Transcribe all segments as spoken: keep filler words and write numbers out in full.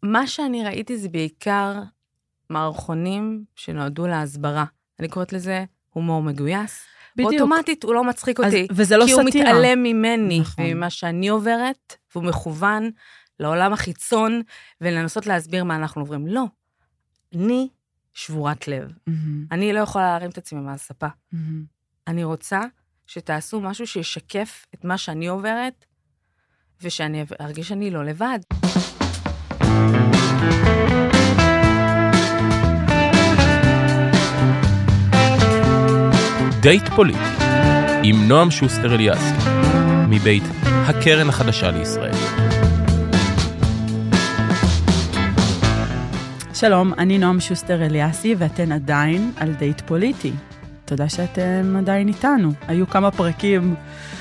מה שאני ראיתי זה בעיקר מערכונים שנועדו להסברה. אני קוראת לזה הומור מגויס. בדיוק. אוטומטית הוא לא מצחיק אותי. אז, וזה לא כי סטירה. כי הוא מתעלם ממני, נכון. וממה שאני עוברת, והוא מכוון לעולם החיצון, ולנסות להסביר מה אנחנו עוברים. לא. אני שבורת לב. Mm-hmm. אני לא יכולה להרים את עצמי מהספה. Mm-hmm. אני רוצה שתעשו משהו שישקף את מה שאני עוברת, ושאני ארגיש שאני לא לבד. דייט פוליטי, עם נועם שוסטר אליאסי, מבית הקרן החדשה לישראל. שלום, אני נועם שוסטר אליאסי, ואתן עדיין על דייט פוליטי. תודה שאתם עדיין איתנו. היו כמה פרקים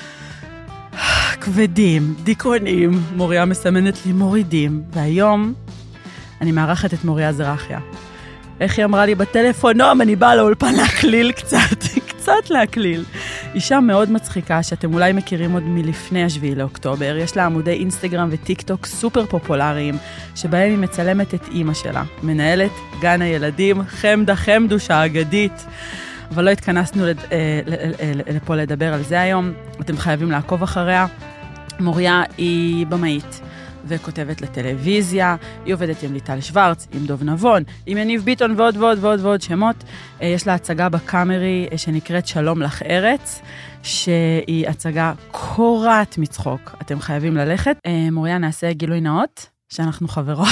כבדים, דיכאוניים, מוריה מסמנת לי מורידים, והיום אני מארחת את מוריה זרחיה. איך היא אמרה לי בטלפון, נועם, אני באה לאולפן להקליל קצת, קצת להקליל. אישה מאוד מצחיקה, שאתם אולי מכירים עוד מלפני השביעי לאוקטובר. יש לה עמודי אינסטגרם וטיק טוק סופר פופולריים, שבהם היא מצלמת את אימא שלה. מנהלת גן הילדים, חמדה חמדוש האגדית. אבל לא התכנסנו לפה לדבר על זה היום. אתם חייבים לעקוב אחריה. מוריה היא במאית. וכותבת לטלוויזיה, היא עובדת עם ליטל שוורץ, עם דוב נבון, עם יניב ביטון ועוד ועוד ועוד ועוד שמות. יש לה הצגה בקאמרי שנקראת שלום לך ארץ, שהיא הצגה קורעת מצחוק. אתם חייבים ללכת. מוריה, נעשה גילוי נאות, שאנחנו חברות.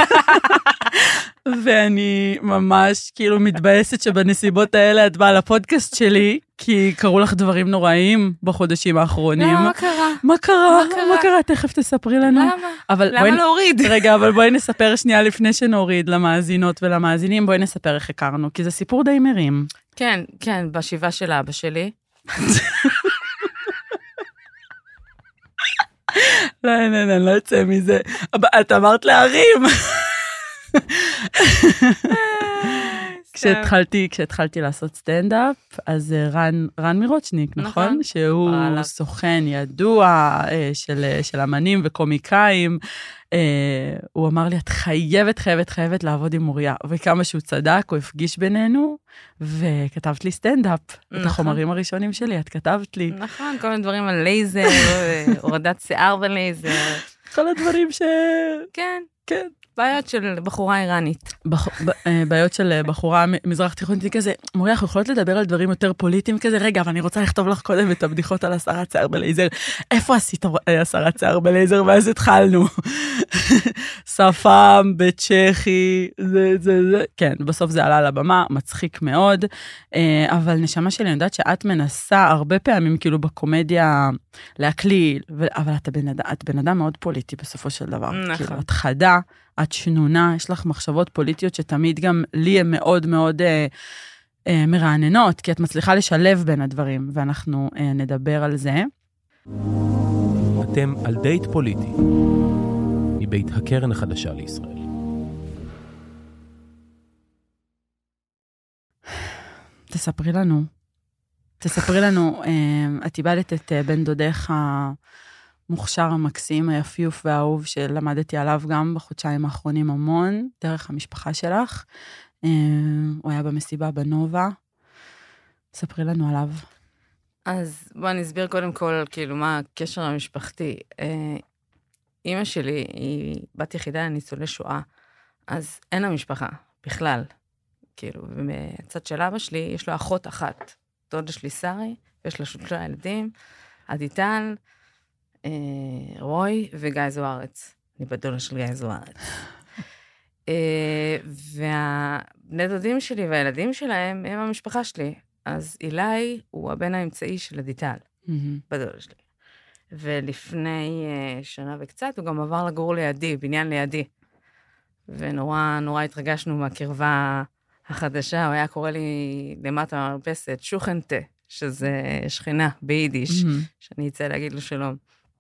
ואני ממש כאילו מתבאסת שבנסיבות האלה את באה לפודקאסט שלי, כי קראו לך דברים נוראים בחודשים האחרונים. לא, מה קרה? מה קרה? מה קרה? תכף תספרי לנו. למה? למה להוריד? רגע, אבל בואי נספר שנייה לפני שנוריד למאזינות ולמאזינים, בואי נספר איך הכרנו, כי זה סיפור די מרים. כן, כן, בשבעה של אבא שלי. לא, לא, לא, לא יוצא מזה. את אמרת להרים. כשהתחלתי, כשהתחלתי לעשות סטנדאפ, אז רן, רן מירוצ'ניק, נכון? שהוא סוכן ידוע של, של אמנים וקומיקאים. הוא אמר לי, את חייבת, חייבת, חייבת לעבוד עם מוריה. וכמה שהוא צדק, הוא הפגיש בינינו, וכתבת לי סטנדאפ. את החומרים הראשונים שלי, את כתבת לי. נכון, כל מיני דברים על לייזר, הורדת שיער בלייזר. כל הדברים ש... כן. כן. בעיות של בחורה איראנית. בעיות של בחורה מזרח תיכונית כזה, מוריה, אנחנו יכולות לדבר על דברים יותר פוליטיים כזה, רגע, אבל אני רוצה לכתוב לך קודם את הבדיחות על הסרת שיער בלייזר. איפה עשית הסרת שיער בלייזר? ואז התחלנו. שפם, בצ'כי, זה, זה, זה. כן, בסוף זה עלה לבמה, מצחיק מאוד, אבל נשמה שלי, אני יודעת שאת מנסה הרבה פעמים כאילו בקומדיה להקליל, אבל את בן אדם, את בן אדם מאוד פוליטי בסופו של דבר. נכון. כאילו, את חדה, את שנונה, יש לך מחשבות פוליטיות שתמיד גם לי הן מאוד מאוד אה, אה, מרעננות, כי את מצליחה לשלב בין הדברים, ואנחנו אה, נדבר על זה. אתם על דייט פוליטי, מבית הקרן החדשה לישראל. תספרי לנו, תספרי לנו, אה, את איבדת את אה, בן דודך ה... מוכשר המקסים, היפיוף והאהוב, שלמדתי עליו גם בחודשיים האחרונים המון, דרך המשפחה שלך. הוא היה במסיבה בנובה. ספרי לנו עליו. אז בוא נסביר קודם כל, כאילו, מה הקשר המשפחתי. אמא שלי היא בת יחידה לניצולי שואה, אז אין לה משפחה, בכלל. כאילו, ומהצד של אבא שלי, יש לו אחות אחת. דודה שלי שרי, יש לה שלושה ילדים, עדיטל, רוי וגיא זוארץ. אני בדולה של גיא זוארץ. והבני דודים שלי והילדים שלהם הם המשפחה שלי. אז אילי הוא הבן האמצעי של עדיטל, בדולה שלי. ולפני שנה וקצת הוא גם עבר לגור לידי, בניין לידי. ונורא נורא התרגשנו מהקרבה החדשה. הוא היה קורא לי למטה מרפסת, שוכנטה, שזה שכינה ביידיש, שאני אצא להגיד לו שלום.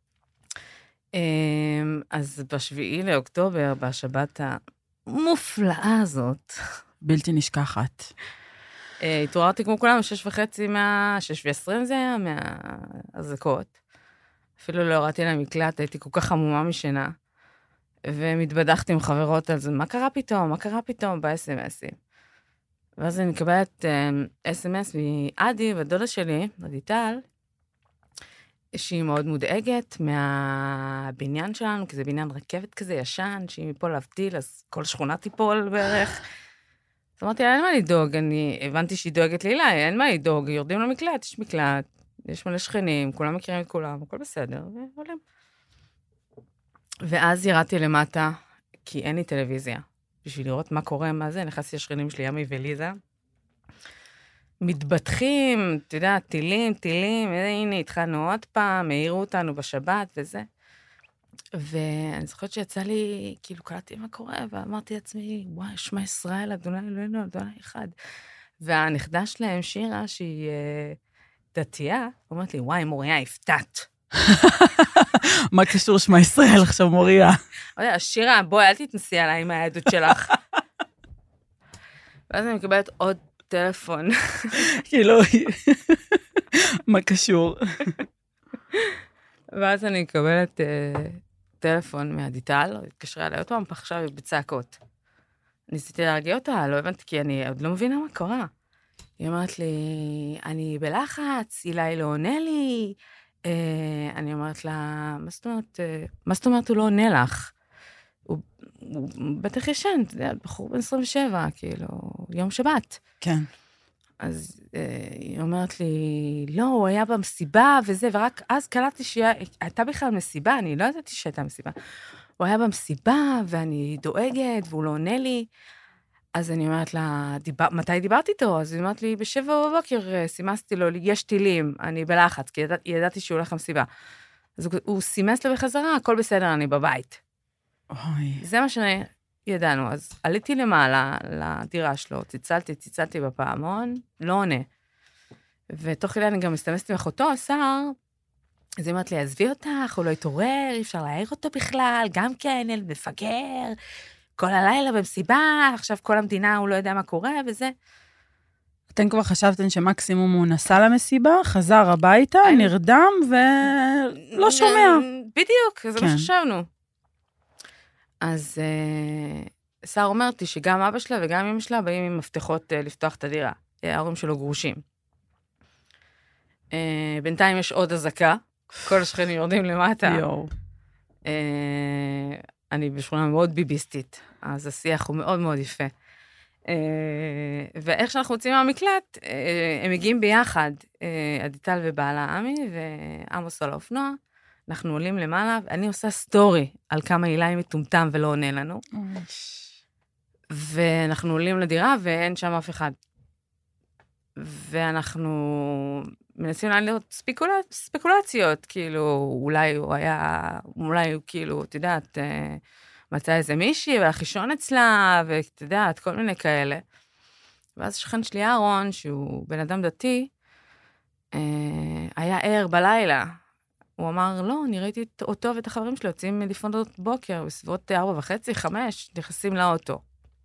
אז בשביעי לאוקטובר, בשבת המופלאה הזאת, בלתי נשכחת. התעוררתי כמו כולם, שש וחצי מה... שש ועשרים זה היה מהזקות. אפילו לא הראתי לה מקלט, הייתי כל כך חמומה משינה. ומתבדחתי עם חברות על זה, מה קרה פתאום, מה קרה פתאום ב-אס אם אסים. ואז אני מקבלת אס אם אס מעדי, והדודה שלי, עדיטל, שהיא מאוד מודאגת מהבניין שלנו, כי זה בניין רכבת כזה ישן, שהיא מפה להבדיל, אז כל שכונה תיפול בערך. אז אמרתי, אין מה לדאוג, אני הבנתי שהיא דואגת לי, אין מה לדאוג, יורדים למקלט, יש מקלט, יש מלא שכנים, כולם מכירים את כולם, הכל בסדר, ועולים. ואז ירדתי למטה, כי אין לי טלוויזיה, בשביל לראות מה קורה, מה זה, נכנסתי לשכנים שלי, ימי וליזה, מתבטחים, אתה יודע, טילים, טילים, הנה, התחלנו עוד פעם, העירו אותנו בשבת וזה. ואני זוכרת שיצא לי, כאילו, קלטתי מה קורה, ואמרתי לעצמי, וואי, שמע ישראל, אדוני אלוהינו, אדוני אחד. והנכדה שלהם, שירה, שהיא דתייה, אומרת לי, וואי, מוריה, הפתעת. מה קשור שמע ישראל עכשיו, מוריה? שירה, בואי, אל תתנסי עליי עם היהדות שלך. ואז אני מקבלת עוד טלפון. כאילו, מה קשור? ואז אני מקבלת טלפון מהדיטל, התקשרה אליי עוד פעם, עכשיו היא בצעקות. ניסיתי להרגיע אותה, לא הבנתי, כי אני עוד לא מבינה מה קורה. היא אמרת לי, אני בלחץ, אילי לא עונה לי. אני אומרת לה, מה זאת אומרת, מה זאת אומרת הוא לא עונה לך? הוא בטח ישן, אתה יודע, בחור בן עשרים ושבע, כאילו, יום שבת. כן. אז היא אומרת לי, לא, הוא היה במסיבה וזה, ורק אז קלטתי שהייתה בכלל מסיבה, אני לא ידעתי שהייתה מסיבה. הוא היה במסיבה, ואני דואגת, והוא לא עונה לי. אז אני אומרת לה, דיבר, מתי דיברתי איתו? אז היא אומרת לי, בשבע בבוקר סימסתי לו, יש טילים, אני בלחץ, כי ידע, ידעתי שהוא הולך למסיבה. אז הוא, הוא סימס לו בחזרה, הכל בסדר, אני בבית. אוי. זה מה שידענו. אז עליתי למעלה לדירה שלו, ציצלתי, ציצלתי בפעמון, לא עונה. ותוך כדי אני גם מסתמסתי עם אחותו, השר, אז היא אומרת לי, עזבי אותך, הוא לא יתעורר, אי אפשר להעיר אותו בכלל, גם כן, אל מפגר, כל הלילה במסיבה, עכשיו כל המדינה, הוא לא יודע מה קורה, וזה. אתם כבר חשבתם שמקסימום הוא נסע למסיבה, חזר הביתה, אני... נרדם ולא שומע. בדיוק, זה כן. מה שחשבנו. אז uh, שר אומרתי שגם אבא שלה וגם אמא שלה באים עם מפתחות uh, לפתוח את הדירה. ההורים שלו גרושים. Uh, בינתיים יש עוד הזקה, כל השכנים יורדים למטה. יואו. Uh, אני בשכונה מאוד ביביסטית, אז השיח הוא מאוד מאוד יפה. Uh, ואיך שאנחנו יוצאים מהמקלט, uh, הם מגיעים ביחד, uh, עדיטל ובעלה עמי, ועמוס על האופנוע, אנחנו עולים למעלה, ואני עושה סטורי על כמה אילי מטומטם ולא עונה לנו. ואנחנו עולים לדירה, ואין שם אף אחד. ואנחנו מנסים לעלות ספקולצ... ספקולציות, כאילו, אולי הוא היה, אולי הוא כאילו, את יודעת, מצא איזה מישהי, והחישון אצלה, ואת יודעת, כל מיני כאלה. ואז שכן שלי אהרון, שהוא בן אדם דתי, היה ער בלילה, הוא אמר, לא, אני ראיתי אותו ואת החברים שלו, יוצאים לפנות בוקר, בסביבות ארבע וחצי, חמש, נכנסים לאוטו.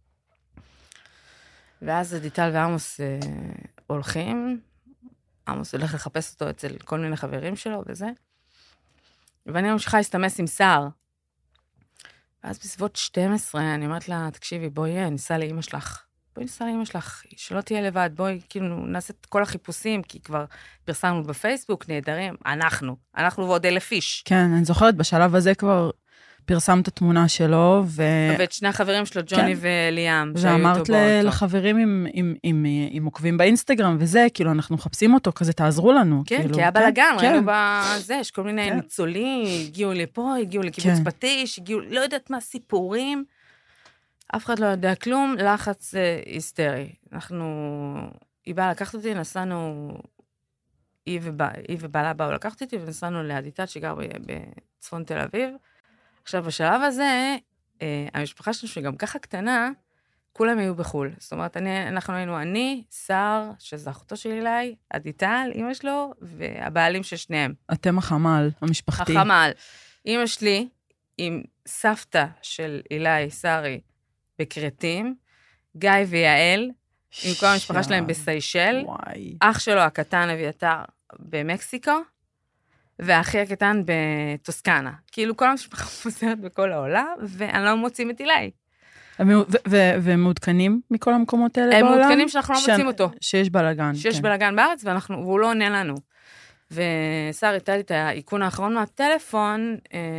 ואז עדיטל ועמוס אה, הולכים, עמוס הולך לחפש אותו אצל כל מיני חברים שלו וזה, ואני ממשיכה להסתמס עם שר. ואז בסביבות שתים עשרה, אני אומרת לה, תקשיבי, בואי, ניסע לאמא שלך. בואי ניסע לאמא שלך, שלא תהיה לבד, בואי, כאילו, נעשה את כל החיפושים, כי כבר פרסמנו בפייסבוק, נהדרים, אנחנו, אנחנו ועוד אלף איש. כן, אני זוכרת, בשלב הזה כבר פרסמת תמונה שלו, ו... ואת שני החברים שלו, ג'וני כן. וליאם, ואמרת לחברים עם, עם, עם, עם עוקבים באינסטגרם, וזה, כאילו, אנחנו מחפשים אותו, כזה תעזרו לנו. כן, כאילו, כי היה בלגן, כן. ראינו בזה, יש כל מיני כן. ניצולים, הגיעו לפה, הגיעו לקיבוץ כן. פטיש, הגיעו, לא יודעת מה, סיפורים, אף אחד לא יודע כלום, לחץ היסטרי. אנחנו, היא באה לקחת אותי, נסענו, היא, ובא, היא ובעלה באו לקחת אותי, ונסענו לעדיטל שגר בצפון תל אביב. עכשיו, בשלב הזה, המשפחה שלנו, שגם ככה קטנה, כולם היו בחול. זאת אומרת, אני, אנחנו היינו אני, שר, שזה אחותו שלי אליי, עדיטל, אמא שלו, והבעלים של שניהם. אתם החמל, המשפחתי. החמל. אמא שלי, עם סבתא של אילי, שרי, בקרטים, גיא ויעל, עם כל המשפחה שלהם בסיישל, אח שלו הקטן אביתר במקסיקו, והאחי הקטן בטוסקנה. כאילו כל המשפחה מוזרת בכל העולם, ואני לא מוצאים את אילי. והם מעודכנים מכל המקומות האלה בעולם? הם מעודכנים שאנחנו לא מוצאים אותו. שיש בלגן. שיש בלגן בארץ, והוא לא עונה לנו. ושר הייתה לי את העיקון האחרון מהטלפון,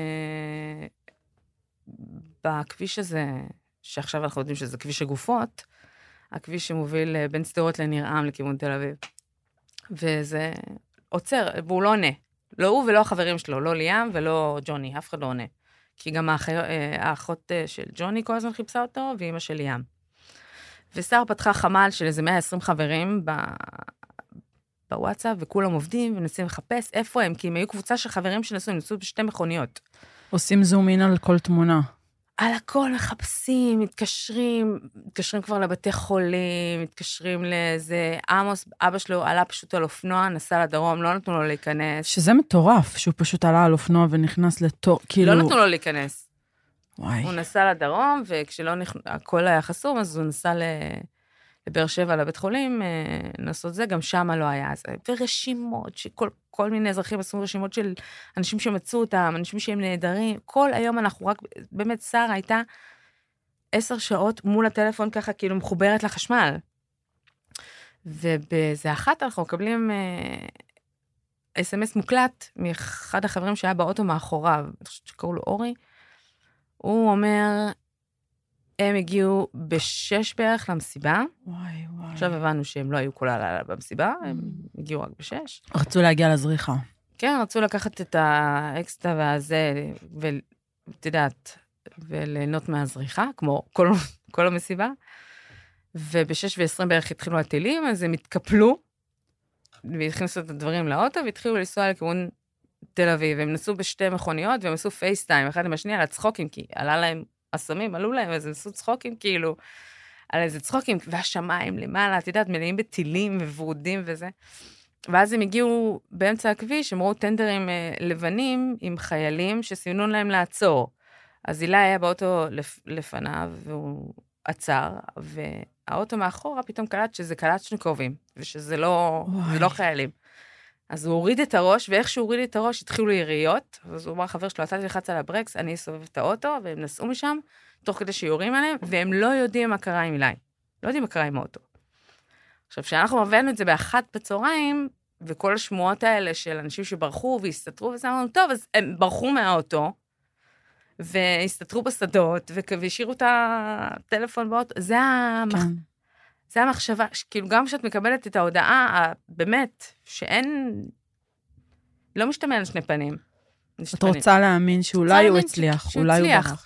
בכביש הזה, שעכשיו אנחנו יודעים שזה כביש הגופות, הכביש שמוביל בין שדרות לניר-עם לכיוון תל אביב. וזה עוצר, והוא לא עונה. לא הוא ולא החברים שלו, לא ליאם ולא ג'וני, אף אחד לא עונה. כי גם האחות של ג'וני כל הזמן חיפשה אותו, ואמא של ליאם. ושר פתחה חמ"ל של איזה מאה ועשרים חברים בוואטסאפ, וכולם עובדים ונסים לחפש איפה הם, כי הם היו קבוצה של חברים שנסו, הם נסו בשתי מכוניות. עושים זום אין על כל תמונה. על הכל מחפשים, מתקשרים, מתקשרים כבר לבתי חולים, מתקשרים לאיזה עמוס, אבא שלו עלה פשוט על אופנוע, נסע לדרום, לא נתנו לו להיכנס. שזה מטורף, שהוא פשוט עלה על אופנוע ונכנס לתור, כאילו... לא נתנו לו להיכנס. וואי. הוא נסע לדרום, וכשלא נכ... הכל היה חסום, אז הוא נסע ל... לבאר שבע לבית חולים, נסות זה, גם שם לא היה. ורשימות, שכל כל מיני אזרחים עשו רשימות של אנשים שמצאו אותם, אנשים שהם נהדרים. כל היום אנחנו רק, באמת שרה הייתה עשר שעות מול הטלפון ככה, כאילו מחוברת לחשמל. ובזה אחת אנחנו מקבלים אס אם אס מוקלט מאחד החברים שהיה באוטו מאחוריו, אני חושבת שקראו לו אורי, הוא אומר, הם הגיעו בשש בערך למסיבה. וואי, וואי. עכשיו הבנו שהם לא היו כל הלילה במסיבה, הם הגיעו רק בשש. רצו להגיע לזריחה. כן, רצו לקחת את האקסטה והזה, ותדעת, וליהנות מהזריחה, כמו כל, כל המסיבה. ובשש ועשרים בערך התחילו הטילים, אז הם התקפלו, והכניסו את הדברים לאוטו, והתחילו לנסוע לכיוון תל אביב. הם נסעו בשתי מכוניות, והם עשו פייסטיים, אחד עם השנייה, על הצחוקים, כי עלה להם הסמים, עלו להם, אז הם עשו צחוקים, כאילו, על איזה צחוקים, והשמיים למעלה, את יודעת, מלאים בטילים ווורודים וזה. ואז הם הגיעו באמצע הכביש, אמרו טנדרים לבנים עם חיילים שסימנו להם לעצור. אז הילה היה באוטו לפניו, והוא עצר, והאוטו מאחורה פתאום קלט שזה קלצ'ניקובים, ושזה לא, זה לא חיילים. אז הוא הוריד את הראש, ואיך שהוא הוריד את הראש, התחילו יריות, אז הוא אמר חבר שלו, אתה תלחץ על הברקס, אני אסובב את האוטו, והם נסעו משם, תוך כדי שיורים עליהם, והם לא יודעים מה קרה עם אילי. לא יודעים מה קרה עם האוטו. עכשיו, כשאנחנו הבאנו את זה באחת בצהריים, וכל השמועות האלה של אנשים שברחו והסתתרו, וזה אמרנו, טוב, אז הם ברחו מהאוטו, והסתתרו בשדות, והשאירו את הטלפון באוטו, זה המח... כן. זה המחשבה, כאילו גם כשאת מקבלת את ההודעה, באמת, שאין, לא משתמע על שני פנים. את רוצה להאמין שאולי הוא הצליח, אולי הוא ברח.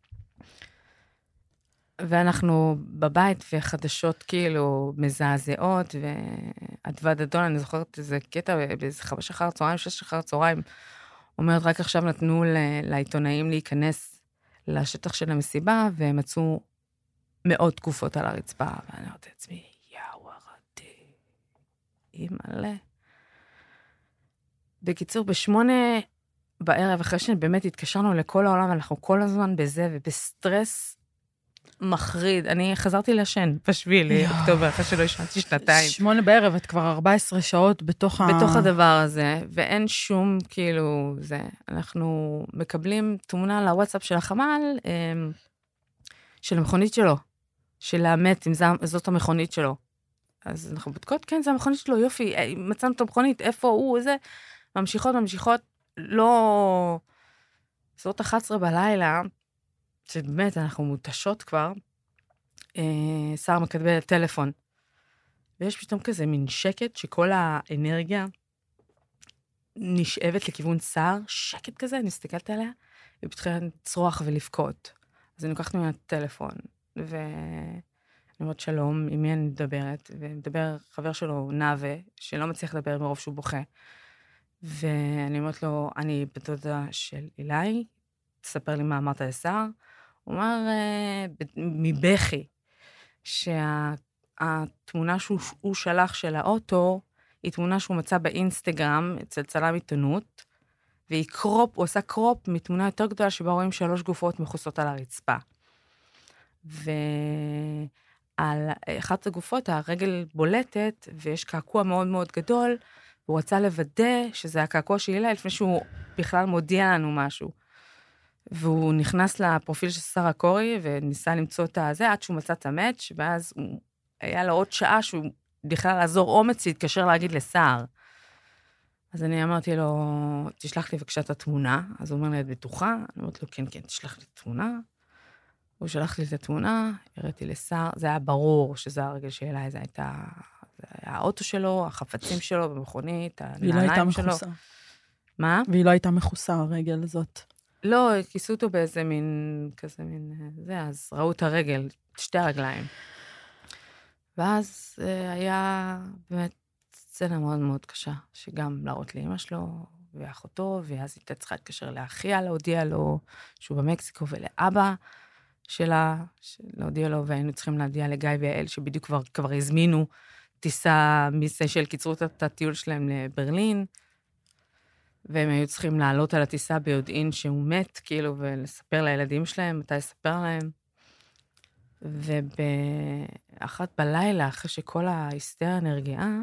ואנחנו בבית, וחדשות כאילו מזעזעות, ועדווה דדון, אני זוכרת איזה קטע, באיזה חמש אחר צהריים, שש אחר צהריים, אומרת, רק עכשיו נתנו לעיתונאים להיכנס לשטח של המסיבה, והם מצאו מאות תקופות על הרצפה, ואני אומרת לעצמי, יאו, הרדי, אימאלה. בקיצור, בשמונה בערב, אחרי שבאמת התקשרנו לכל העולם, אנחנו כל הזמן בזה, ובסטרס מחריד. אני חזרתי לשן, בשביל אוקטובר, אחרי שלא ישנתי שנתיים. שמונה בערב, את כבר ארבע עשרה שעות בתוך ה... בתוך הדבר הזה, ואין שום, כאילו, זה. אנחנו מקבלים תמונה לוואטסאפ של החמ"ל, של המכונית שלו. של האמת, אם זאת המכונית שלו. אז אנחנו בודקות, כן, זה המכונית שלו, יופי, מצאנו את המכונית, איפה הוא, איזה, ממשיכות, ממשיכות, לא, זאת אחת עשרה בלילה, שבאמת אנחנו מותשות כבר, אה, שר מקבל טלפון, ויש פתאום כזה מין שקט, שכל האנרגיה נשאבת לכיוון שר, שקט כזה, אני מסתכלת עליה, ובתחילה לצרוח ולבכות. אז אני לוקחת ממנה טלפון, ואני אומרת שלום, עם מי אני מדברת, ומדבר חבר שלו, נאווה, שלא מצליח לדבר מרוב שהוא בוכה, ואני אומרת לו, אני בתודה של אילי, תספר לי מה אמרת לשר, הוא אמר, מבכי, שהתמונה שהוא שלח של האוטו, היא תמונה שהוא מצא באינסטגרם, אצל צלם עיתונות, והיא קרופ, הוא עשה קרופ מתמונה יותר גדולה, שבה רואים שלוש גופות מחוסות על הרצפה. ועל אחת הגופות, הרגל בולטת, ויש קעקוע מאוד מאוד גדול, והוא רצה לוודא שזה הקעקוע של הילה, לפני שהוא בכלל מודיע לנו משהו. והוא נכנס לפרופיל של שרה קורי, וניסה למצוא את הזה, עד שהוא מצא את המאץ', ואז הוא, היה לו עוד שעה שהוא בכלל לעזור אומץ, להתקשר להגיד לסער. אז אני אמרתי לו, תשלח לי בבקשה את התמונה. אז הוא אומר לי, את בטוחה? אני אומרת לו, כן, כן, תשלח לי תמונה. הוא שלח לי את התמונה, הראיתי לסער, זה היה ברור שזה הרגל שאלה, זה הייתה, זה היה האוטו שלו, החפצים שלו במכונית, הנעליים שלו. והיא לא הייתה מכוסה. מה? והיא לא הייתה מכוסה, הרגל הזאת. לא, כיסו אותו באיזה מין, כזה מין, זה, אז ראו את הרגל, שתי הרגליים. ואז היה באמת סצנה מאוד מאוד קשה, שגם להראות לאמא שלו ואחותו, ואז הייתה צריכה להתקשר לאחיה, להודיע לו שהוא במקסיקו, ולאבא שלה, להודיע לו, והיינו צריכים להודיע לגיא ויעל, שבדיוק כבר, כבר הזמינו טיסה מסיישל, קיצרו את הטיול שלהם לברלין, והם היו צריכים לעלות על הטיסה ביודעין שהוא מת, כאילו, ולספר לילדים שלהם, מתי לספר להם. ובאחת בלילה, אחרי שכל ההיסטריה נרגעה,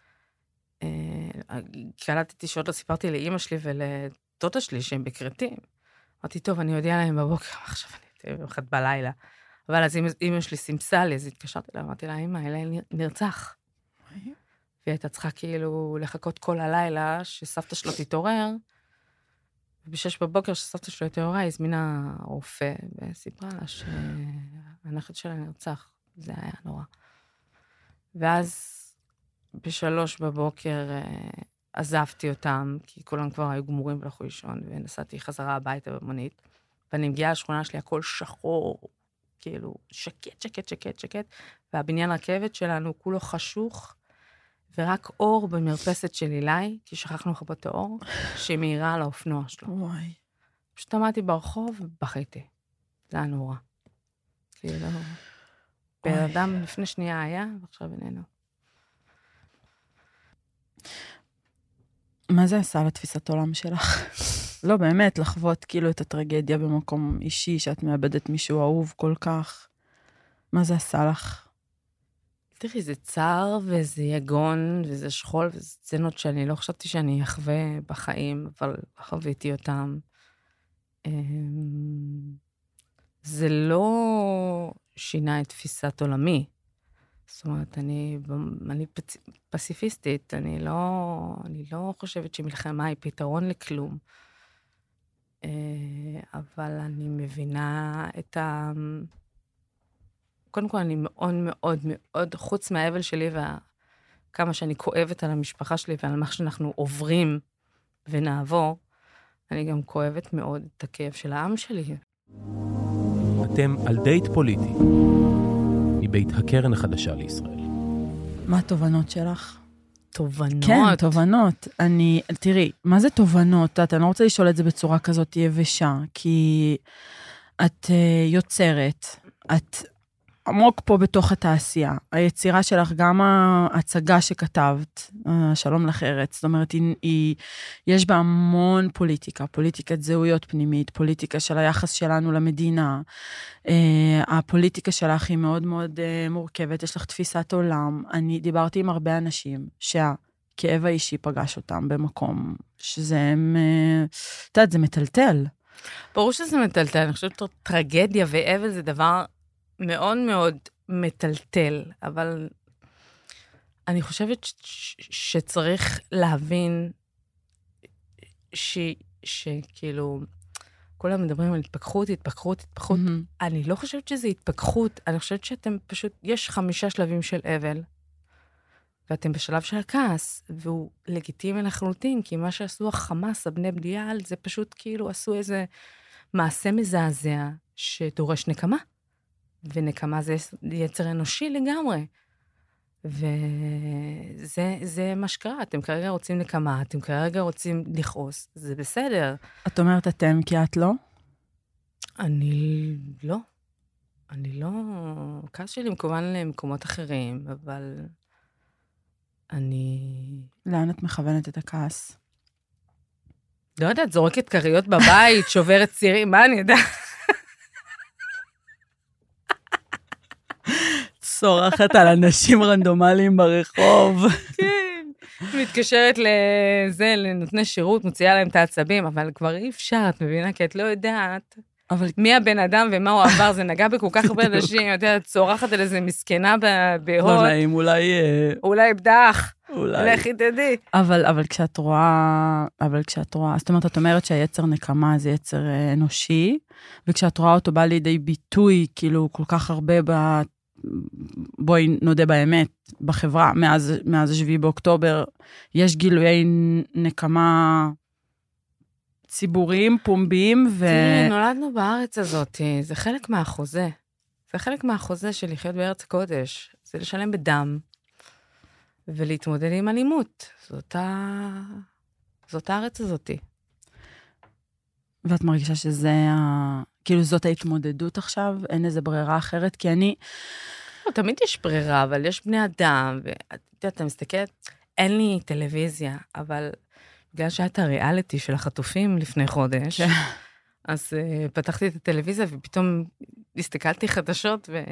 קלטתי שעוד לא סיפרתי לאמא שלי ולדודה שלי שהם בקרטים. אמרתי, טוב, אני יודעה להם בבוקר, עכשיו אני הייתי באחת בלילה. אבל אז אמא שלי סימסה לי, אז התקשרתי לה, אמרתי לה, אמא, אלה נרצח. והיא הייתה צריכה כאילו לחכות כל הלילה שסבתא שלו תתעורר, ובשש בבוקר שסבתא שלו התעוררה, היא הזמינה רופא, וסיפרה לה שהנכד שלה נרצח. זה היה נורא. ואז בשלוש בבוקר עזבתי אותם, כי כולם כבר היו גמורים ולכו לישון, ונסעתי חזרה הביתה במונית, ואני מגיעה לשכונה שלי, הכל שחור, כאילו שקט, שקט, שקט, שקט, והבניין רכבת שלנו כולו חשוך, ורק אור במרפסת של אילי, כי שכחנו לחבות את האור, שמאירה על האופנוע שלו. וואי. פשוט עמדתי ברחוב ובכיתי. זה היה נורא. כאילו, בן אדם לפני שנייה היה, ועכשיו איננו. מה זה עשה לתפיסת עולם שלך? לא, באמת, לחוות כאילו את הטרגדיה במקום אישי, שאת מאבדת מישהו אהוב כל כך. מה זה עשה לך? תראי, זה צער, וזה יגון, וזה שכול, וזה סצנות שאני לא חשבתי שאני אחווה בחיים, אבל חוויתי אותם. זה לא שינה את תפיסת עולמי. זאת אומרת, אני, אני פצ... פסיפיסטית, אני לא, אני לא חושבת שמלחמה היא פתרון לכלום. אבל אני מבינה את ה... קודם כל, אני מאוד מאוד מאוד, חוץ מהאבל שלי וכמה שאני כואבת על המשפחה שלי ועל מה שאנחנו עוברים ונעבור, אני גם כואבת מאוד את הכאב של העם שלי. אתם על דייט פוליטי, מבית הקרן החדשה לישראל. מה התובנות שלך? תובנות? כן, תובנות. אני, תראי, מה זה תובנות? את, אני לא רוצה לשאול את זה בצורה כזאת יבשה, כי את uh, יוצרת, את עמוק פה בתוך התעשייה. היצירה שלך, גם ההצגה שכתבת, שלום לך ארץ, זאת אומרת, היא, היא, יש בה המון פוליטיקה, פוליטיקת זהויות פנימית, פוליטיקה של היחס שלנו למדינה. הפוליטיקה שלך היא מאוד מאוד מורכבת, יש לך תפיסת עולם. אני דיברתי עם הרבה אנשים שהכאב האישי פגש אותם במקום, שזה, את יודעת, זה מטלטל. ברור שזה מטלטל, אני חושבת טרגדיה ואבל זה דבר מאוד מאוד מטלטל, אבל אני חושבת ש- ש- שצריך להבין ש- שכאילו, כולם מדברים על התפכחות, התפכחות, התפכחות. Mm-hmm. אני לא חושבת שזה התפכחות, אני חושבת שאתם פשוט, יש חמישה שלבים של אבל, ואתם בשלב של הכעס, והוא לגיטימי לחלוטין, כי מה שעשו החמאס, הבני בליעל, זה פשוט כאילו עשו איזה מעשה מזעזע שדורש נקמה. ונקמה זה יצר אנושי לגמרי. וזה זה מה שקרה. אתם כרגע רוצים נקמה, אתם כרגע רוצים לכעוס, זה בסדר. את אומרת אתם, כי את לא? אני לא. אני לא... הכעס שלי מכוון למקומות אחרים, אבל אני... לאן את מכוונת את הכעס? לא יודעת, זורקת קריות בבית, שוברת צירים, מה אני יודעת? צורחת על אנשים רנדומליים ברחוב. כן. מתקשרת לזה, לנותני שירות, מוציאה להם את העצבים, אבל כבר אי אפשר, את מבינה, כי את לא יודעת אבל... מי הבן אדם ומה הוא עבר, זה נגע בכל כך הרבה אנשים, את יודעת, צורחת על איזה מסכנה בהוט. לא נעים, אולי... אולי בדח. אולי. לכי תדעי. אבל, אבל כשאת רואה, אבל כשאת רואה, זאת אומרת, את אומרת שהיצר נקמה זה יצר אנושי, וכשאת רואה אותו בא לידי ביטוי, כאילו, כל כך הרבה ב... בואי נודה באמת, בחברה, מאז, מאז השביעי באוקטובר, יש גילויי נקמה ציבוריים, פומביים, ו... תראי, נולדנו בארץ הזאת, זה חלק מהחוזה. זה חלק מהחוזה של לחיות בארץ הקודש. זה לשלם בדם, ולהתמודד עם אלימות. זאת ה... זאת הארץ הזאת. ואת מרגישה שזה ה... כאילו זאת ההתמודדות עכשיו, אין איזה ברירה אחרת, כי אני... לא, תמיד יש ברירה, אבל יש בני אדם, ואתה אתה מסתכלת, אין לי טלוויזיה, אבל בגלל שהיה את הריאליטי של החטופים לפני חודש, אז uh, פתחתי את הטלוויזיה, ופתאום הסתכלתי חדשות, ו...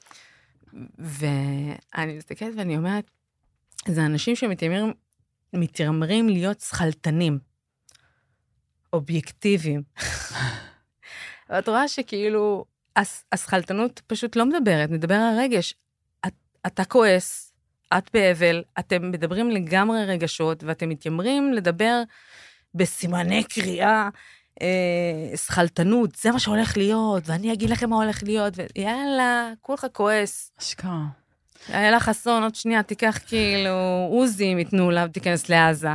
ואני מסתכלת ואני אומרת, זה אנשים שמתיימרים, מתיימרים להיות שחלטנים, אובייקטיביים. ואת רואה שכאילו, השחלטנות פשוט לא מדברת, מדבר על רגש. את, אתה כועס, את באבל, אתם מדברים לגמרי רגשות, ואתם מתיימרים לדבר בסימני קריאה, אה, שחלטנות, זה מה שהולך להיות, ואני אגיד לכם מה הולך להיות, ויאללה, כולך כועס. אשכרה. יאללה חסון, עוד שנייה, תיקח כאילו, עוזים יתנו לה, תיכנס לעזה.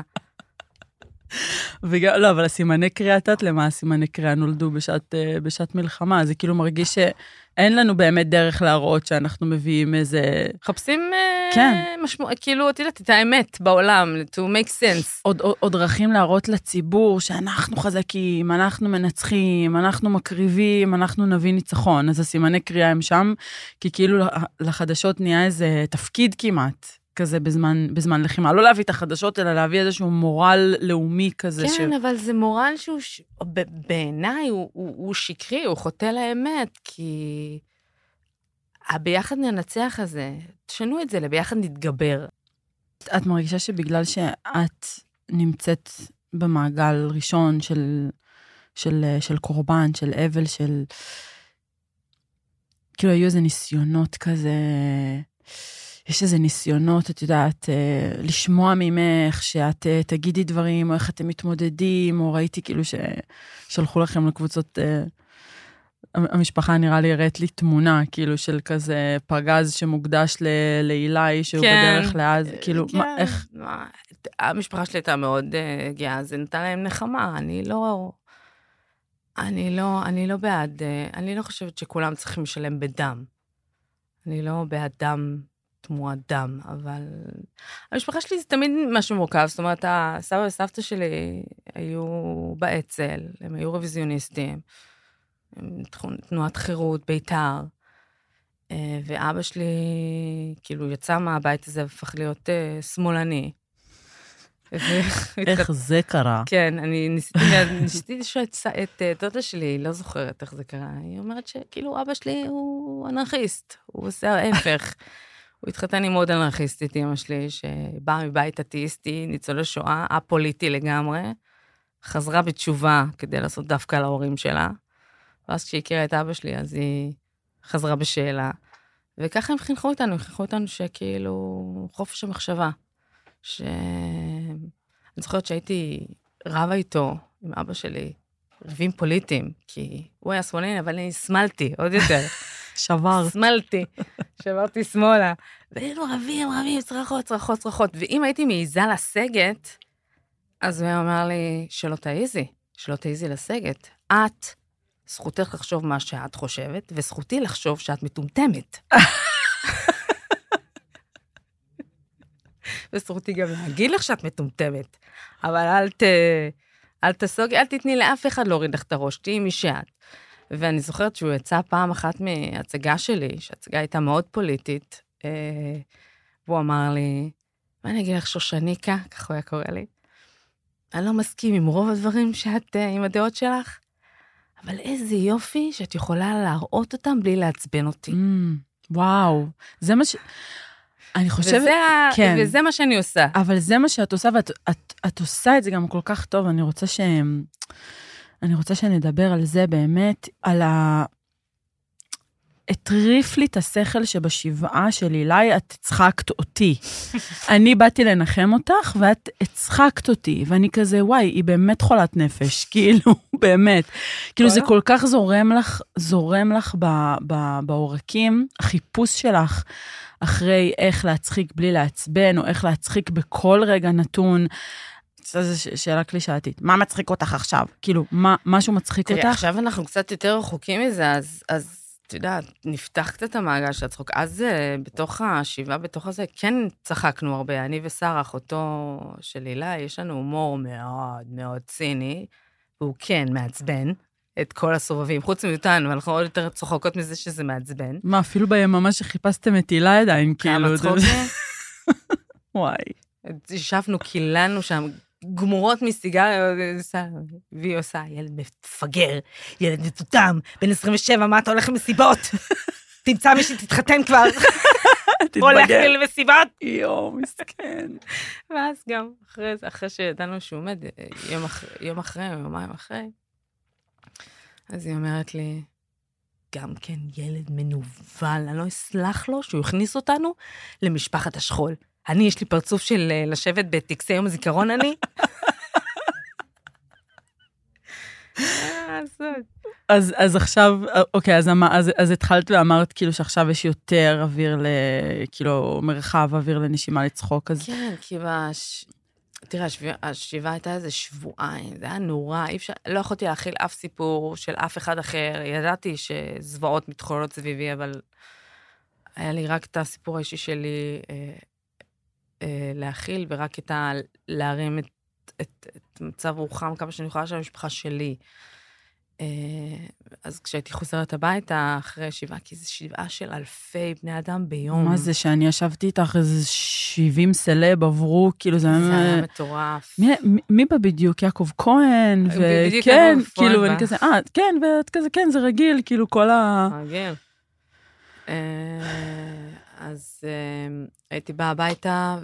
וגם, לא, אבל הסימני קריאה, תת למה הסימני קריאה נולדו בשעת, בשעת מלחמה, זה כאילו מרגיש שאין לנו באמת דרך להראות שאנחנו מביאים איזה... חפשים כן. משמע, כאילו, את יודעת, את האמת בעולם, to make sense. עוד, עוד, עוד דרכים להראות לציבור שאנחנו חזקים, אנחנו מנצחים, אנחנו מקריבים, אנחנו נביא ניצחון, אז הסימני קריאה הם שם, כי כאילו לחדשות נהיה איזה תפקיד כמעט. כזה בזמן, בזמן לחימה. לא להביא את החדשות, אלא להביא איזשהו מורל לאומי כזה. כן, ש... אבל זה מורל שהוא, ש... בעיניי הוא, הוא, הוא שקרי, הוא חוטא לאמת, כי הביחד ננצח הזה, תשנו את זה, לביחד נתגבר. את מרגישה שבגלל שאת נמצאת במעגל ראשון של, של, של קורבן, של אבל, של... כאילו היו איזה ניסיונות כזה... יש איזה ניסיונות, את יודעת, לשמוע ממך, שאת תגידי דברים, או איך אתם מתמודדים, או ראיתי כאילו ששלחו לכם לקבוצות, המשפחה נראה לי הראת לי תמונה, כאילו של כזה פגז שמוקדש לאילי, שהוא בדרך לאז, כאילו, מה, איך? המשפחה שלי הייתה מאוד גאה, זה נתן להם נחמה, אני לא, אני לא, אני לא בעד, אני לא חושבת שכולם צריכים לשלם בדם. אני לא בעד דם, תמורת דם, אבל המשפחה שלי זה תמיד משהו מורכב, זאת אומרת, הסבא וסבתא שלי היו באצ"ל, הם היו רוויזיוניסטים, תנועת חירות, בית"ר, ואבא שלי כאילו יצא מהבית הזה והפך להיות שמאלני. איך זה קרה? כן, אני ניסיתי לשאול את דודה שלי, לא זוכרת איך זה קרה, היא אומרת שכאילו אבא שלי הוא אנרכיסט, הוא עושה ההפך. הוא התחתן עם עוד אנרכיסטית, אמא שלי, שבאה מבית אתאיסטי, ניצולי שואה, א-פוליטי לגמרי, חזרה בתשובה כדי לעשות דווקא להורים שלה, ואז כשהיא הכירה את אבא שלי, אז היא חזרה בשאלה, וככה הם חינכו אותנו, הם חינכו אותנו שכאילו חופש המחשבה, שאני זוכרת שהייתי רבה איתו עם אבא שלי, רבים פוליטיים, כי הוא היה שמאלני, אבל אני שמאלתי, עוד יותר. שבר. שמאלתי, שברתי שמאלה. והיינו רבים, רבים, צרחות, צרחות, צרחות. ואם הייתי מעיזה לסגת, אז הוא היה אומר לי, שלא תעיזי, שלא תעיזי לסגת. את, זכותך לחשוב מה שאת חושבת, וזכותי לחשוב שאת מטומטמת. וזכותי גם להגיד לך שאת מטומטמת. אבל אל ת... אל תסוגי, אל תתני לאף אחד להוריד לך את הראש, תהי מי שאת. ואני זוכרת שהוא יצא פעם אחת מהצגה שלי, שהצגה הייתה מאוד פוליטית, והוא אמר לי, מה אני אגיד לך שושניקה, כך הוא היה קורא לי, אני לא מסכים עם רוב הדברים שאת, עם הדעות שלך, אבל איזה יופי שאת יכולה להראות אותם בלי לעצבן אותי. וואו, זה מה ש... אני חושבת, וזה, כן. וזה מה שאני עושה. אבל זה מה שאת עושה, ואת את, את עושה את זה גם כל כך טוב. אני רוצה ש... אני רוצה שנדבר על זה באמת, על ה... הטריף לי את השכל שבשבעה של אילי, את הצחקת אותי. אני באתי לנחם אותך, ואת הצחקת אותי, ואני כזה, וואי, היא באמת חולת נפש, כאילו, באמת. כאילו, זה כל כך זורם לך, זורם לך בעורקים, החיפוש שלך, אחרי איך להצחיק בלי להצבן, או איך להצחיק בכל רגע נתון. זו שאלה קלישאתית. מה מצחיק אותך עכשיו? כאילו, מה, משהו מצחיק אותך? תראי, עכשיו אנחנו קצת יותר רחוקים מזה, אז, אז אתה יודע, נפתח קצת המעגל של הצחוק. אז בתוך השבעה, בתוך הזה, כן צחקנו הרבה. אני ושרה, אחותו של הילה, יש לנו הומור מאוד מאוד ציני, והוא כן מעצבן את כל הסובבים. חוץ מאותנו, אנחנו עוד יותר צוחקות מזה שזה מעצבן. מה, אפילו ביממה שחיפשתי את הילה עדיין, כאילו. כמה צחוק זה? וואי. ישבנו, קילנו שם, גמורות מסיגריה, והיא עושה, ילד מפגר, ילד מטוטם, בן עשרים ושבע, מה אתה הולך למסיבות? תמצא מי שתתחתן כבר. הולך לי למסיבות. יום, מסכן. ואז גם אחרי זה, אחרי שידענו שהוא עומד, יום אחרי, יומיים אחרי, אז היא אומרת לי, גם כן ילד מנוול, אני לא אסלח לו שהוא הכניס אותנו למשפחת השכול. אני, יש לי פרצוף של לשבת בטקסי יום הזיכרון, אני. אז, אז עכשיו, אוקיי, אז, אז, אז התחלת ואמרת כאילו שעכשיו יש יותר אוויר, ל, כאילו מרחב אוויר לנשימה לצחוק, אז... כן, כי בש... תראה, השבעה, השבעה הייתה איזה שבועיים, זה היה נורא, אי אפשר, לא יכולתי להכיל אף סיפור של אף אחד אחר, ידעתי שזוועות מתחולות סביבי, אבל היה לי רק את הסיפור האישי שלי אה, אה, להכיל, ורק את ה... להרים את, את, את מצב רוחם כמה שאני יכולה של המשפחה שלי. אה, אז כשהייתי חוזרת הביתה אחרי שבעה, כי זה שבעה של אלפי בני אדם ביום. מה זה, שאני ישבתי איתך איזה שבעים סלב עברו, כאילו זה... זה היה מטורף. מי, מי בא בדיוק? יעקב כהן, וכן, כאילו, אני כזה, אה, כן, ואת כזה, כן, זה רגיל, כאילו, כל ה... רגיל. אז הייתי באה הביתה,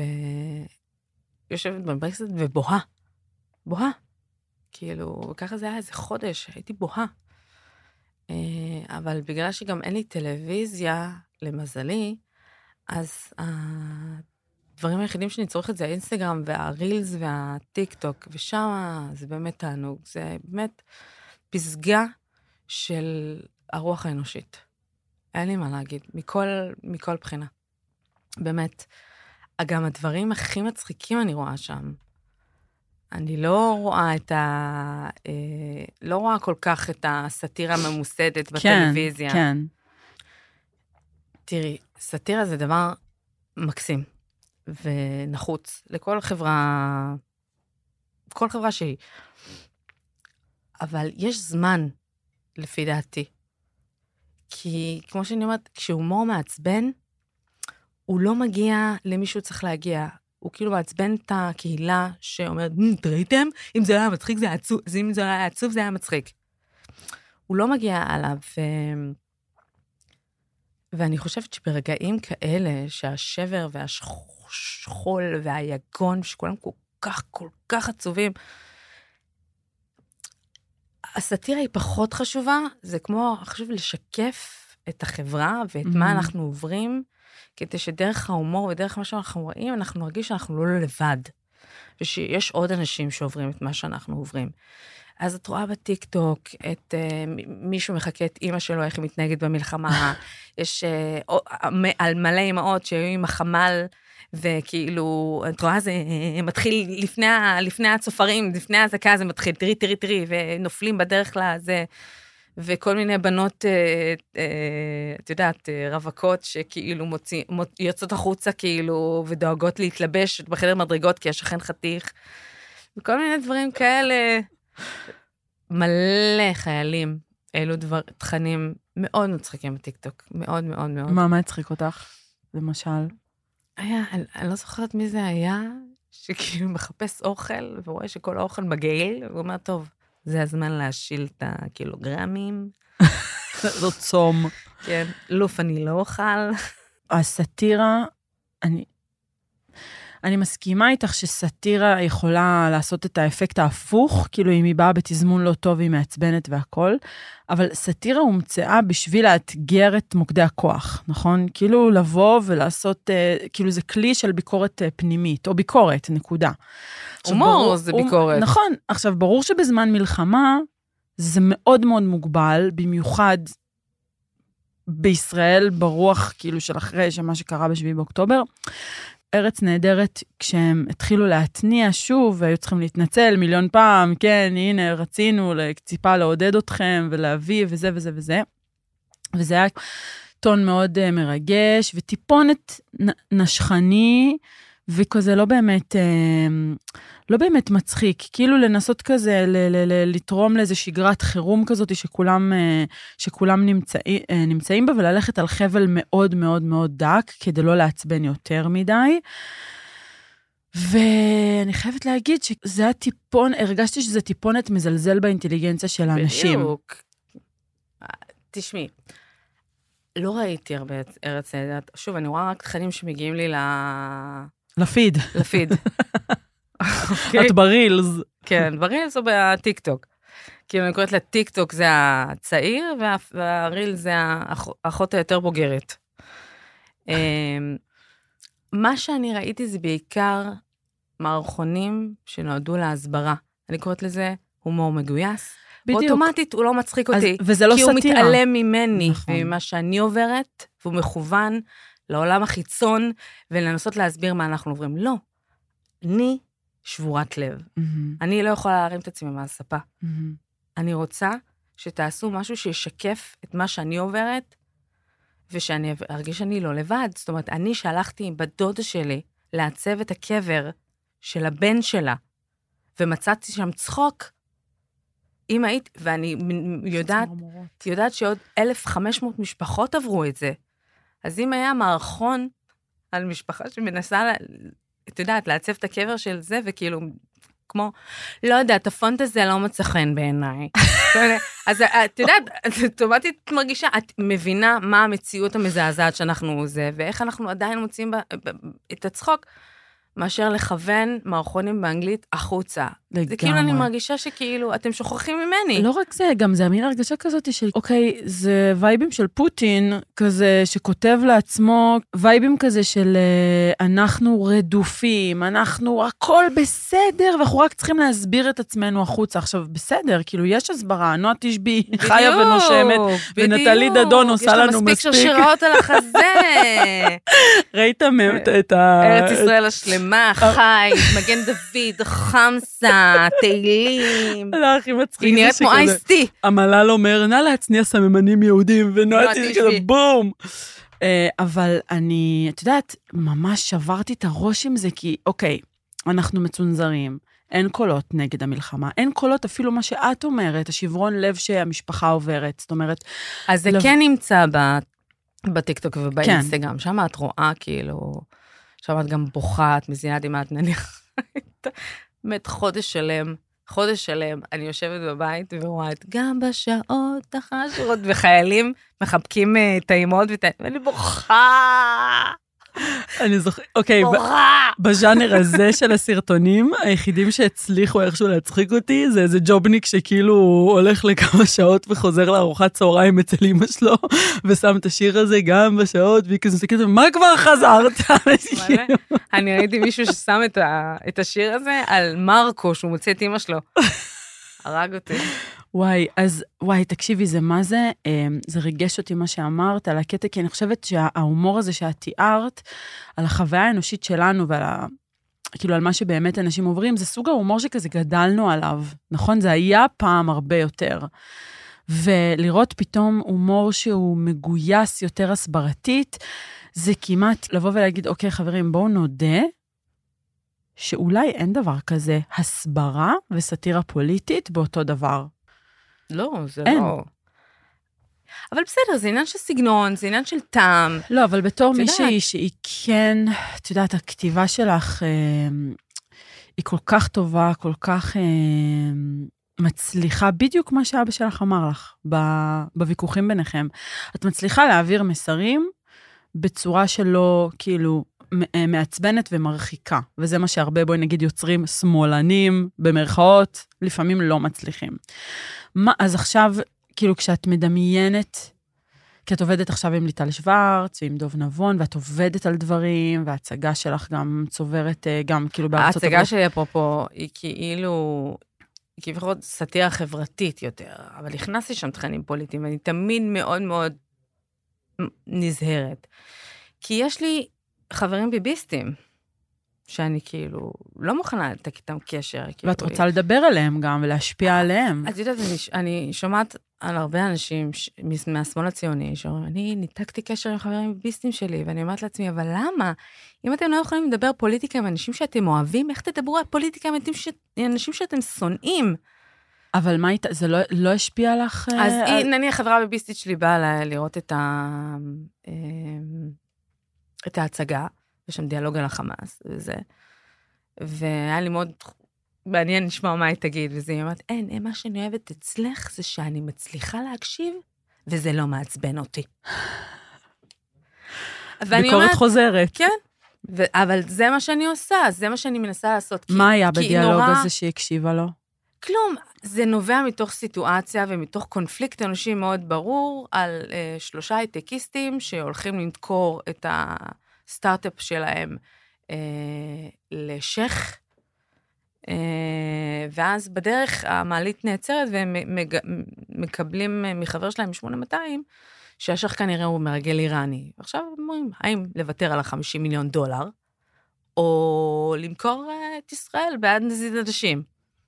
ויושבת בברקסט ובוהה. בוהה. כאילו, וככה זה היה איזה חודש, הייתי בוהה. אבל בגלל שגם אין לי טלוויזיה, למזלי, אז הדברים היחידים שאני צורכת זה האינסטגרם והרילס והטיק טוק, ושם זה באמת תענוג, זה באמת פסגה של הרוח האנושית. אין לי מה להגיד, מכל, מכל בחינה. באמת, גם הדברים הכי מצחיקים אני רואה שם. אני לא רואה את ה... אה, לא רואה כל כך את הסאטירה הממוסדת בטלוויזיה. כן, כן. תראי, סאטירה זה דבר מקסים ונחוץ לכל חברה, כל חברה שהיא. אבל יש זמן, לפי דעתי. כי כמו שאני אומרת, כשהומור מעצבן, הוא לא מגיע למישהו צריך להגיע. הוא כאילו מעצבן את הקהילה שאומרת, תראיתם? אם זה לא היה מצחיק, זה היה עצוב. אז אם זה לא היה עצוב, זה היה מצחיק. הוא לא מגיע עליו. ו... ואני חושבת שברגעים כאלה, שהשבר והשכול והיגון, שכולם כל כך, כל כך עצובים, הסאטירה היא פחות חשובה, זה כמו, חשוב לשקף את החברה ואת mm-hmm. מה אנחנו עוברים, כדי שדרך ההומור ודרך מה שאנחנו רואים, אנחנו נרגיש שאנחנו לא לבד, ושיש עוד אנשים שעוברים את מה שאנחנו עוברים. אז את רואה בטיק טוק את uh, מישהו מחכה את אמא שלו, איך היא מתנהגת במלחמה, יש uh, על מלא אמאות שהיו עם החמל, וכאילו, את רואה, זה מתחיל לפני, לפני הצופרים, לפני ההזקה זה מתחיל, תראי, תראי, תראי, ונופלים בדרך לזה, וכל מיני בנות, את יודעת, רווקות, שכאילו מוציא, יוצאות החוצה, כאילו, ודואגות להתלבש בחדר מדרגות, כי השכן חתיך, וכל מיני דברים כאלה, מלא חיילים, אלו דבר, תכנים מאוד מצחיקים בטיקטוק, מאוד מאוד מאוד. מה, מה הצחיק אותך, למשל? היה, אני, אני לא זוכרת מי זה היה, שכאילו מחפש אוכל, ורואה שכל האוכל מגעיל, והוא אומר, טוב, זה הזמן להשיל את הקילוגרמים. זאת צום. כן, לוף אני לא אוכל. הסאטירה אני, אני מסכימה איתך שסטירה יכולה לעשות את האפקט ההפוך, כאילו אם היא באה בתזמון לא טוב, היא מעצבנת והכל, אבל סטירה הומצאה בשביל לאתגר את מוקדי הכוח, נכון? כאילו לבוא ולעשות, כאילו זה כלי של ביקורת פנימית, או ביקורת, נקודה. הומור זה ביקורת. נכון, עכשיו ברור שבזמן מלחמה, זה מאוד מאוד מוגבל, במיוחד בישראל, ברוח כאילו של אחרי שמה שקרה בשביעי באוקטובר, ארץ נהדרת, כשהם התחילו להתניע שוב, והיו צריכים להתנצל מיליון פעם, כן, הנה, רצינו ציפה לעודד אתכם, ולהביא, וזה וזה וזה. וזה היה טון מאוד מרגש, וטיפונת נשכני, וכזה לא באמת, לא באמת מצחיק, כאילו לנסות כזה, לתרום לאיזו שגרת חירום כזאת, שכולם, שכולם נמצאים, נמצאים בה, וללכת על חבל מאוד מאוד מאוד דק, כדי לא לעצבן יותר מדי. ואני חייבת להגיד שזה הטיפון, הרגשתי שזה טיפונת מזלזל באינטליגנציה של האנשים. בדיוק. תשמעי, לא ראיתי הרבה ארץ נהדרת. שוב, אני רואה רק תכנים שמגיעים לי ל... לפיד. לפיד. את ברילס. כן, ברילס או בטיקטוק. כאילו אני קוראת לטיקטוק זה הצעיר, והרילס זה האחות היותר בוגרת. מה שאני ראיתי זה בעיקר מערכונים שנועדו להסברה. אני קוראת לזה הומור מגויס. אוטומטית הוא לא מצחיק אותי. וזה לא סטירה. כי הוא מתעלם ממני, וממה שאני עוברת, והוא מכוון לעולם החיצון, ולנסות להסביר מה אנחנו עוברים. לא. אני שבורת לב. Mm-hmm. אני לא יכולה להרים את עצמי מהספה. Mm-hmm. אני רוצה שתעשו משהו שישקף את מה שאני עוברת, ושאני ארגיש שאני לא לבד. זאת אומרת, אני שהלכתי עם בדודה שלי, לעצב את הקבר של הבן שלה, ומצאתי שם צחוק, אם היית, ואני יודעת, יודעת שעוד אלף וחמש מאות משפחות עברו את זה, אז אם היה מערכון על משפחה שמנסה, את יודעת, לעצב את הקבר של זה, וכאילו, כמו, לא יודעת, הפונט הזה לא מצא חן בעיניי. אז את יודעת, את אוטומטית מרגישה, את מבינה מה המציאות המזעזעת שאנחנו זה, ואיך אנחנו עדיין מוצאים את הצחוק, מאשר לכוון מערכונים באנגלית החוצה. לגמרי. זה כאילו אני מרגישה שכאילו, אתם שוכחים ממני. לא רק זה, גם זה המין הרגשה כזאת של, אוקיי, זה וייבים של פוטין, כזה שכותב לעצמו, וייבים כזה של אנחנו רדופים, אנחנו הכל בסדר, ואנחנו רק צריכים להסביר את עצמנו החוצה. עכשיו, בסדר, כאילו יש הסברה, נועה תשבי, חיה ונושמת, ונטלי דדון עושה לנו מספיק. יש לה מספיק שרשראות על החזה. ראית את ה... ארץ ישראל השלמה, חי, מגן דוד, חמסה, תהילים. לא, הכי מצחיק. היא נראית כמו אייסטי. המל"ל אומר, נא להצניע סממנים יהודים, ונועה תשבי, בום. אבל אני, את יודעת, ממש שברתי את הראש עם זה, כי, אוקיי, אנחנו מצונזרים, אין קולות נגד המלחמה, אין קולות אפילו מה שאת אומרת, השברון לב שהמשפחה עוברת, זאת אומרת... אז זה כן נמצא בטיקטוק ובאינסטגרם, שם את רואה כאילו, שם את גם בוכה, את מזינה דמעת נניח, באמת חודש שלם, חודש שלם, אני יושבת בבית ורואה את גם בשעות החשורות, וחיילים מחבקים את האימהות, ואני בוכה. אני זוכר, אוקיי, בז'אנר הזה של הסרטונים, היחידים שהצליחו איכשהו להצחיק אותי, זה איזה ג'ובניק שכאילו הולך לכמה שעות וחוזר לארוחת צהריים אצל אמא שלו, ושם את השיר הזה גם בשעות, והיא כזה מסתכלת, מה כבר חזרת? אני ראיתי מישהו ששם את השיר הזה על מרקו, שהוא מוצא את אמא שלו. הרג אותי. וואי, אז, וואי, תקשיבי, זה מה זה? זה ריגש אותי מה שאמרת על הקטע, כי אני חושבת שההומור הזה שאת תיארת, על החוויה האנושית שלנו, ועל ה... כאילו, על מה שבאמת אנשים עוברים, זה סוג ההומור שכזה גדלנו עליו, נכון? זה היה פעם הרבה יותר. ולראות פתאום הומור שהוא מגויס יותר הסברתית, זה כמעט לבוא ולהגיד, אוקיי, חברים, בואו נודה, שאולי אין דבר כזה הסברה וסטירה פוליטית באותו דבר. לא, זה אין. לא. אבל בסדר, זה עניין של סגנון, זה עניין של טעם. לא, אבל בתור מישהי שהיא כן, את יודעת, הכתיבה שלך אה, היא כל כך טובה, כל כך אה, מצליחה, בדיוק מה שאבא שלך אמר לך, בוויכוחים ביניכם. את מצליחה להעביר מסרים בצורה שלא, כאילו, מעצבנת ומרחיקה, וזה מה שהרבה, בואי נגיד, יוצרים שמאלנים, במרכאות, לפעמים לא מצליחים. מה, אז עכשיו, כאילו, כשאת מדמיינת, כי את עובדת עכשיו עם ליטל שוורץ, ועם דוב נבון, ואת עובדת על דברים, וההצגה שלך גם צוברת, גם כאילו בארצות הברית. ההצגה שלי, אפרופו, היא כאילו, היא כביכול סאטירה חברתית יותר, אבל הכנסתי שם תכנים פוליטיים, ואני תמיד מאוד מאוד נזהרת. כי יש לי חברים ביביסטים, שאני כאילו לא מוכנה לתק איתם קשר. ואת כאילו רוצה לדבר עליהם גם, ולהשפיע עליהם. את יודעת, אני, אני שומעת על הרבה אנשים ש... מהשמאל הציוני, שאומרים, אני ניתקתי קשר עם חברים ביביסטים שלי, ואני אומרת לעצמי, אבל למה? אם אתם לא יכולים לדבר פוליטיקה עם אנשים שאתם אוהבים, איך תדברו על פוליטיקה עם אנשים, ש... אנשים שאתם שונאים? אבל מה איתה, זה לא, לא השפיע לך? אז על... היא, נניח, חברה ביביסטית שלי באה לה, לראות את ה... את ההצגה, יש שם דיאלוג על החמאס, וזה, והיה לי מאוד מעניין לשמוע מה היא תגיד, וזה היא אומרת, אין, מה שאני אוהבת אצלך, זה שאני מצליחה להקשיב, וזה לא מעצבן אותי. ביקורת חוזרת. כן, ו- אבל זה מה שאני עושה, זה מה שאני מנסה לעשות. מה כי, היה כי בדיאלוג נורא... הזה שהיא הקשיבה לו? כלום, זה נובע מתוך סיטואציה ומתוך קונפליקט אנושי מאוד ברור, על אה, שלושה הייטקיסטים שהולכים למכור את הסטארט-אפ שלהם אה, לשייך, אה, ואז בדרך המעלית נעצרת, והם מג... מקבלים מחבר שלהם מ-שמונה מאתיים, שהשייך כנראה הוא מרגל איראני. עכשיו אומרים, האם לוותר על ה-חמישים מיליון דולר, או למכור אה, את ישראל בעד נזיד עדשים.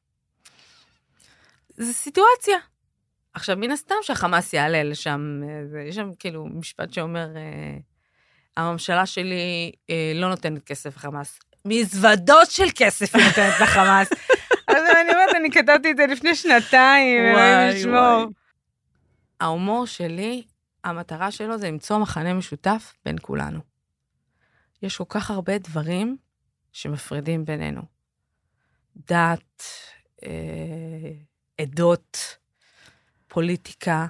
זו סיטואציה. עכשיו, מן הסתם שהחמאס יעלה לשם, יש שם כאילו משפט שאומר, הממשלה שלי לא נותנת כסף לחמאס, מזוודות של כסף היא נותנת לחמאס. אז אני אומרת, אני כתבתי את זה לפני שנתיים, וואי, וואי. ההומור שלי, המטרה שלו זה למצוא מחנה משותף בין כולנו. יש כל כך הרבה דברים שמפרידים בינינו. דת, אה, עדות, פוליטיקה,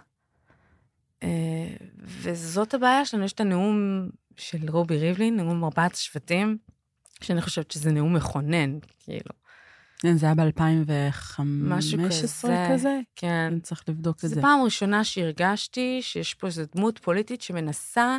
וזאת הבעיה שלנו. יש את הנאום של רובי ריבלין, נאום ארבעת השבטים, שאני חושבת שזה נאום מכונן, כאילו. זה היה ב-אלפיים וחמש עשרה כזה? כן. אני צריך לבדוק את זה. זו פעם ראשונה שהרגשתי שיש פה איזו דמות פוליטית שמנסה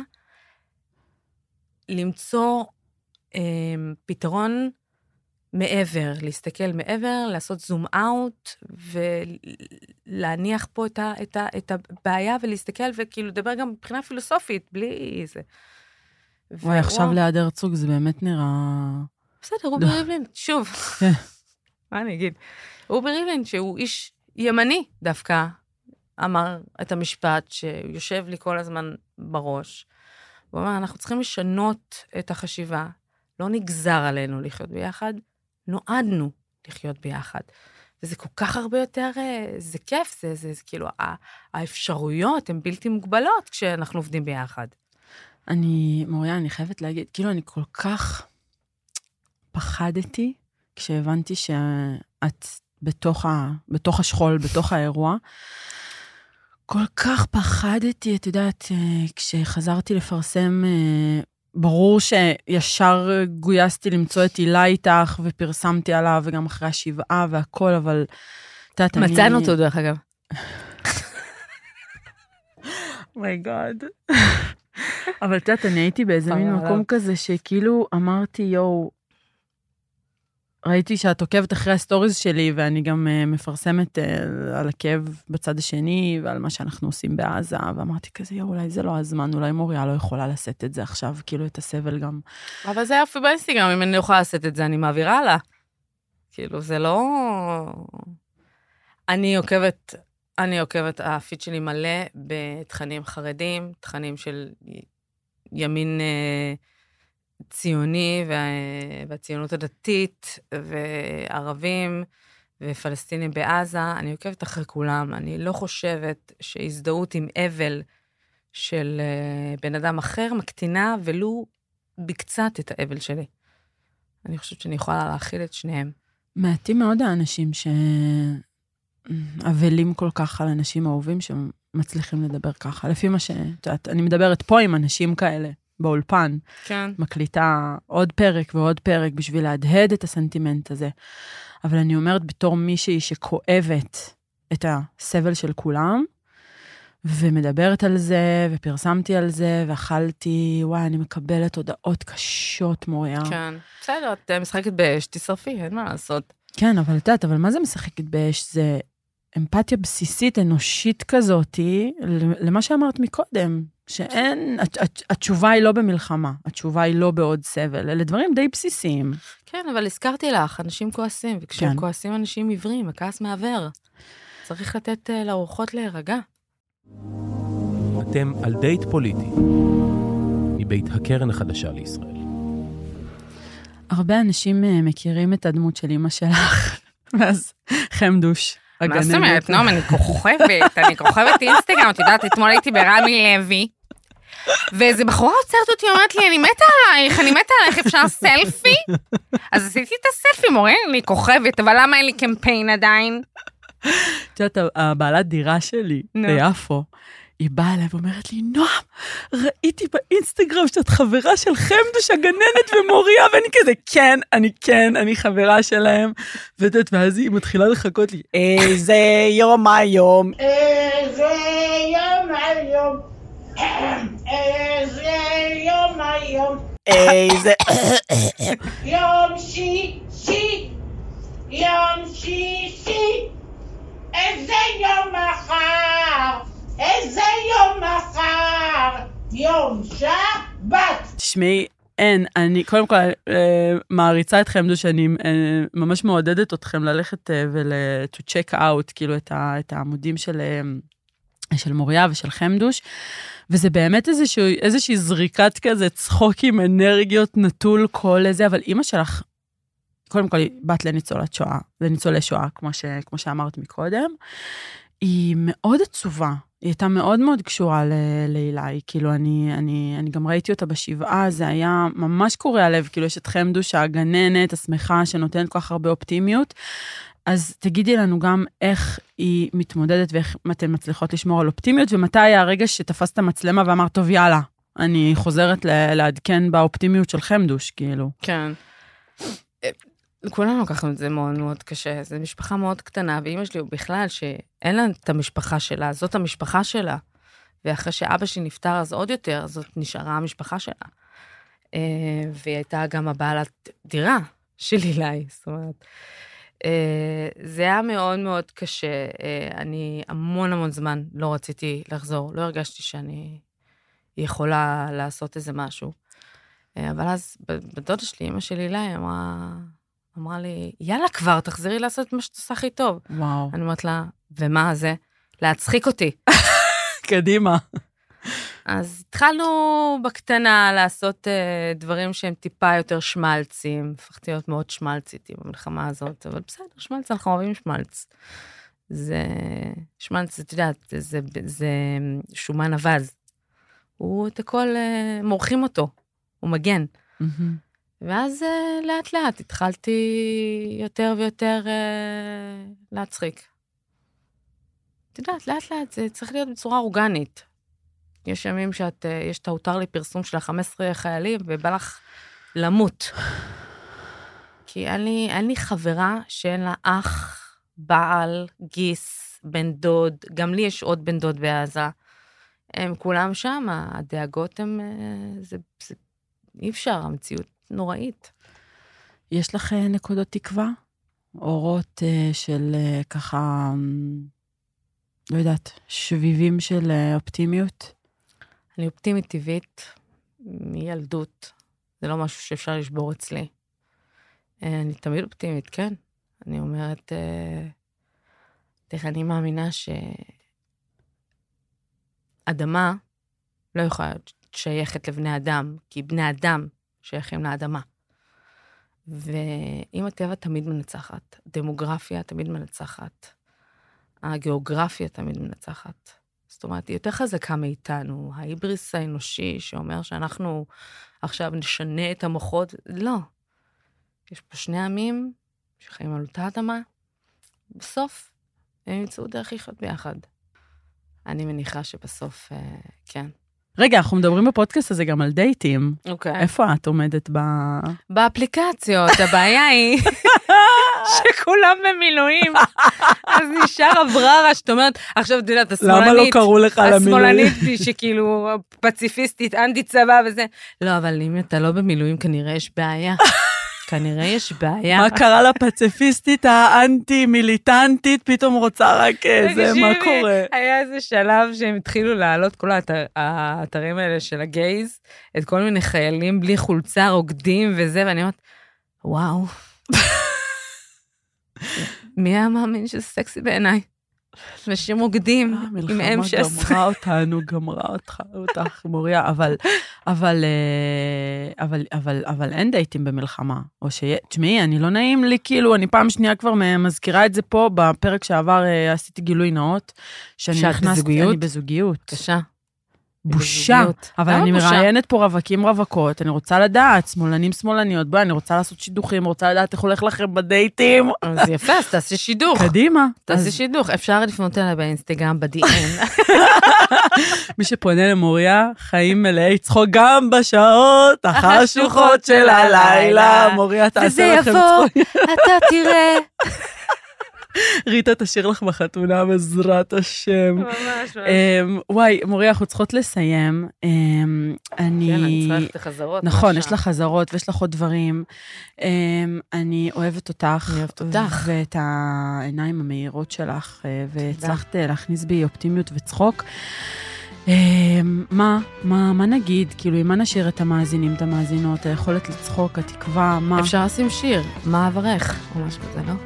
למצוא אה, פתרון מעבר, להסתכל מעבר, לעשות זום אאוט, ולהניח פה את, ה, את, ה, את הבעיה, ולהסתכל וכאילו לדבר גם מבחינה פילוסופית, בלי זה. וואי, עכשיו ליד הרצוג זה באמת נראה... בסדר, רובי ריבלין, שוב. מה אני אגיד? רובי ריבלין, שהוא איש ימני דווקא, אמר את המשפט שיושב לי כל הזמן בראש. הוא אמר, אנחנו צריכים לשנות את החשיבה. לא נגזר עלינו לחיות ביחד, נועדנו לחיות ביחד. וזה כל כך הרבה יותר, זה כיף, זה, זה, זה כאילו, האפשרויות הן בלתי מוגבלות כשאנחנו עובדים ביחד. אני, מוריה, אני חייבת להגיד, כאילו, אני כל כך פחדתי, כשהבנתי שאת בתוך, ה, בתוך השכול, בתוך האירוע, כל כך פחדתי, את יודעת, כשחזרתי לפרסם, ברור שישר גויסתי למצוא את הילה איתך, ופרסמתי עליו, וגם אחרי השבעה והכל, אבל... מצאנו אותו, דרך אגב. מי גאד. אבל את יודעת, אני הייתי באיזה מין מקום כזה, שכאילו אמרתי, יואו, ראיתי שאת עוקבת אחרי הסטוריז שלי, ואני גם מפרסמת על הכאב בצד השני, ועל מה שאנחנו עושים בעזה, ואמרתי כזה, יואו, אולי זה לא הזמן, אולי מוריה לא יכולה לשאת את זה עכשיו, כאילו את הסבל גם. אבל זה יפה באינסטגרם, אם אני לא יכולה לשאת את זה, אני מעבירה לה. כאילו, זה לא... אני עוקבת, אני עוקבת, הפיד שלי מלא בתכנים חרדים, תכנים של ימין... ציוני והציונות הדתית, וערבים ופלסטינים בעזה. אני עוקבת אחרי כולם. אני לא חושבת שהזדהות עם אבל של בן אדם אחר מקטינה, ולו בקצת את האבל שלי. אני חושבת שאני יכולה להכיל את שניהם. מעטים מאוד האנשים שאבלים כל כך על אנשים אהובים, שמצליחים לדבר ככה. לפי מה ש... אני מדברת פה עם אנשים כאלה. באולפן. כן. מקליטה עוד פרק ועוד פרק בשביל להדהד את הסנטימנט הזה. אבל אני אומרת בתור מישהי שכואבת את הסבל של כולם, ומדברת על זה, ופרסמתי על זה, ואכלתי, וואי, אני מקבלת הודעות קשות, מוריה. כן. בסדר, את משחקת באש, תשרפי, אין מה לעשות. כן, אבל את יודעת, אבל מה זה משחקת באש? זה אמפתיה בסיסית, אנושית כזאת, למה שאמרת מקודם, שאין, התשובה היא לא במלחמה, התשובה היא לא בעוד סבל, אלה דברים די בסיסיים. כן, אבל הזכרתי לך, אנשים כועסים, וכשהם כועסים אנשים עיוורים, הכעס מעבר. צריך לתת לאורחות להירגע. אתם על דייט פוליטי, מבית הקרן החדשה לישראל. הרבה אנשים מכירים את הדמות של אמא שלך, ואז חמדוש. מה זאת אומרת, נועם, אני כוכבת, אני כוכבת אינסטגרם, את יודעת, אתמול הייתי ברמי לוי, ואיזה בחורה עוצרת אותי, אומרת לי, אני מתה עלייך, אני מתה עלייך, אפשר סלפי? אז עשיתי את הסלפי, מורה, אני כוכבת, אבל למה אין לי קמפיין עדיין? את יודעת, הבעלת דירה שלי, ביפו, היא באה אליי ואומרת לי, נועם, ראיתי באינסטגרם שאת חברה של חמדוש הגננת ומוריה, ואני כזה, כן, אני כן, אני חברה שלהם. ודעת, ואז היא מתחילה לחכות לי, איזה יום היום. איזה יום היום. איזה יום היום. איזה... יום שישי. יום שישי. איזה יום מחר. איזה יום מחר, יום שבת. תשמעי, אין, אני קודם כל אה, מעריצה את חמדוש, שאני אה, ממש מעודדת אתכם ללכת אה, ול-to check out, כאילו את, ה, את העמודים של, אה, של מוריה ושל חמדוש, וזה באמת איזשהו, איזושהי זריקת כזה, צחוק עם אנרגיות נטול כל איזה, אבל אמא שלך, קודם כל היא בת לניצולת שואה, לניצולי שואה, כמו, ש, כמו שאמרת מקודם, היא מאוד עצובה, היא הייתה מאוד מאוד קשורה לאילי, כאילו אני, אני, אני גם ראיתי אותה בשבעה, זה היה ממש קורע לב, כאילו יש את חמדוש הגננת, השמחה, שנותנת כל כך הרבה אופטימיות, אז תגידי לנו גם איך היא מתמודדת, ואיך אתן מצליחות לשמור על אופטימיות, ומתי היה הרגע שתפסת מצלמה ואמרת, טוב יאללה, אני חוזרת לעדכן באופטימיות של חמדוש, כאילו. כן. כולנו לקחנו את זה מאוד מאוד קשה, זו משפחה מאוד קטנה, ואמא שלי הוא בכלל שאין לה את המשפחה שלה, זאת המשפחה שלה, ואחרי שאבא שלי נפטר אז עוד יותר, זאת נשארה המשפחה שלה. והיא הייתה גם הבעלת דירה של אילי, זאת אומרת, זה היה מאוד מאוד קשה, אני המון המון זמן לא רציתי לחזור, לא הרגשתי שאני יכולה לעשות איזה משהו, אבל אז בדודה שלי, אמא של אילי, אמרה, אמרה לי, יאללה כבר, תחזרי לעשות מה שאתה עושה הכי טוב. וואו. אני אומרת לה, ומה זה? להצחיק אותי. קדימה. אז התחלנו בקטנה לעשות uh, דברים שהם טיפה יותר שמלצים, הפכתי להיות מאוד שמלציתי במלחמה הזאת, אבל בסדר, שמלץ, אנחנו אוהבים שמלץ. זה, שמלץ, את יודעת, זה, זה, זה שומן אבז. הוא את הכל, uh, מורחים אותו, הוא מגן. Mm-hmm. ואז uh, לאט לאט התחלתי יותר ויותר uh, להצחיק. את יודעת, לאט לאט זה צריך להיות בצורה אורגנית. יש ימים שאת, uh, יש את האותר לפרסום של ה-חמישה עשר חיילים, ובא לך למות. כי אין לי, אין לי חברה שאין לה אח, בעל, גיס, בן דוד, גם לי יש עוד בן דוד בעזה. הם כולם שם, הדאגות הם, uh, זה, זה אי אפשר, המציאות נוראית. יש לך נקודות תקווה? אורות uh, של uh, ככה, לא יודעת, שביבים של uh, אופטימיות? אני אופטימית טבעית, מילדות. זה לא משהו שאפשר לשבור אצלי. אני תמיד אופטימית, כן. אני אומרת, תראה, אני מאמינה שאדמה לא יכולה להיות שייכת לבני אדם, כי בני אדם שייכים לאדמה. ואם הטבע תמיד מנצחת, דמוגרפיה תמיד מנצחת, הגיאוגרפיה תמיד מנצחת. זאת אומרת, היא יותר חזקה מאיתנו, ההיבריס האנושי שאומר שאנחנו עכשיו נשנה את המוחות, לא. יש פה שני עמים שחיים על אותה אדמה, בסוף הם ימצאו דרך לחיות ביחד. אני מניחה שבסוף, כן, רגע, אנחנו מדברים בפודקאסט הזה גם על דייטים. אוקיי. איפה את עומדת ב... באפליקציות, הבעיה היא שכולם במילואים, אז נשאר אבררה, שאת אומרת, עכשיו אתה יודעת, השמאלנית, למה לא קראו לך למילואים? השמאלנית שכאילו פציפיסטית, אנטי צבא וזה, לא, אבל אם אתה לא במילואים, כנראה יש בעיה. כנראה יש בעיה. מה קרה לפציפיסטית האנטי-מיליטנטית, פתאום רוצה רק זה, מה קורה? היה איזה שלב שהם התחילו לעלות כל האתרים האלה של הגייז, את כל מיני חיילים בלי חולצה, רוקדים וזה, ואני אומרת, וואו. מי היה מאמין שזה סקסי בעיניי? נשים רוקדים עם אם שש עשרה. גמרה אותנו, גמרה אותך, אותך, מוריה, אבל, אבל, אבל, אבל, אבל אין דייטים במלחמה, או שיהיה, תשמעי, אני לא נעים לי, כאילו, אני פעם שנייה כבר מזכירה את זה פה, בפרק שעבר עשיתי גילוי נאות, שאני נכנסתי, אני בזוגיות. קשה. בושה, אבל אני מראיינת פה רווקים רווקות, אני רוצה לדעת, שמאלנים שמאלניות, בואי, אני רוצה לעשות שידוכים, רוצה לדעת איך הולך לכם בדייטים. אז יפה, אז תעשי שידוך. קדימה. תעשי שידוך, אפשר לפנות אליי באינסטגרם, ב-די אם. מי שפונה למוריה, חיים מלאי צחוק גם בשעות, החשוכות של הלילה, מוריה תעשה לכם צחוק. וזה יבוא, אתה תראה. ריטה תשאיר לך בחתונה בעזרת השם. ממש, ממש. וואי, מוריה, אנחנו צריכות לסיים. אני... כן, אני צריכה את החזרות. נכון, יש לך חזרות ויש לך עוד דברים. אני אוהבת אותך. אני אוהבת אותך. ואת העיניים המהירות שלך, והצלחת להכניס בי אופטימיות וצחוק. מה, מה, מה נגיד? כאילו, אם מה נשאיר את המאזינים, את המאזינות, היכולת לצחוק, התקווה, מה? אפשר לשים שיר, מה אברך? או משהו כזה, לא?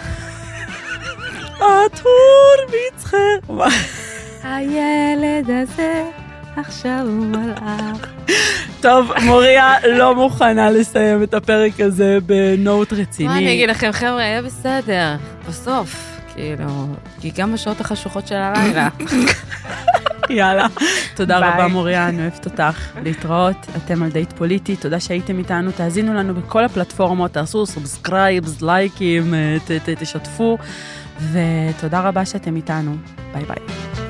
הטור מצחר. הילד הזה עכשיו הוא מלאך. טוב, מוריה לא מוכנה לסיים את הפרק הזה בנוט רציני. מה אני אגיד לכם, חבר'ה, יהיה בסדר. בסוף, כאילו, כי גם בשעות החשוכות של הלילה. יאללה. תודה רבה מוריה, אני אוהבת אותך. להתראות, אתם על דייט פוליטי, תודה שהייתם איתנו, תאזינו לנו בכל הפלטפורמות, תעשו סאבסקרייבס, לייקים, תשתפו. ותודה רבה שאתם איתנו. ביי ביי.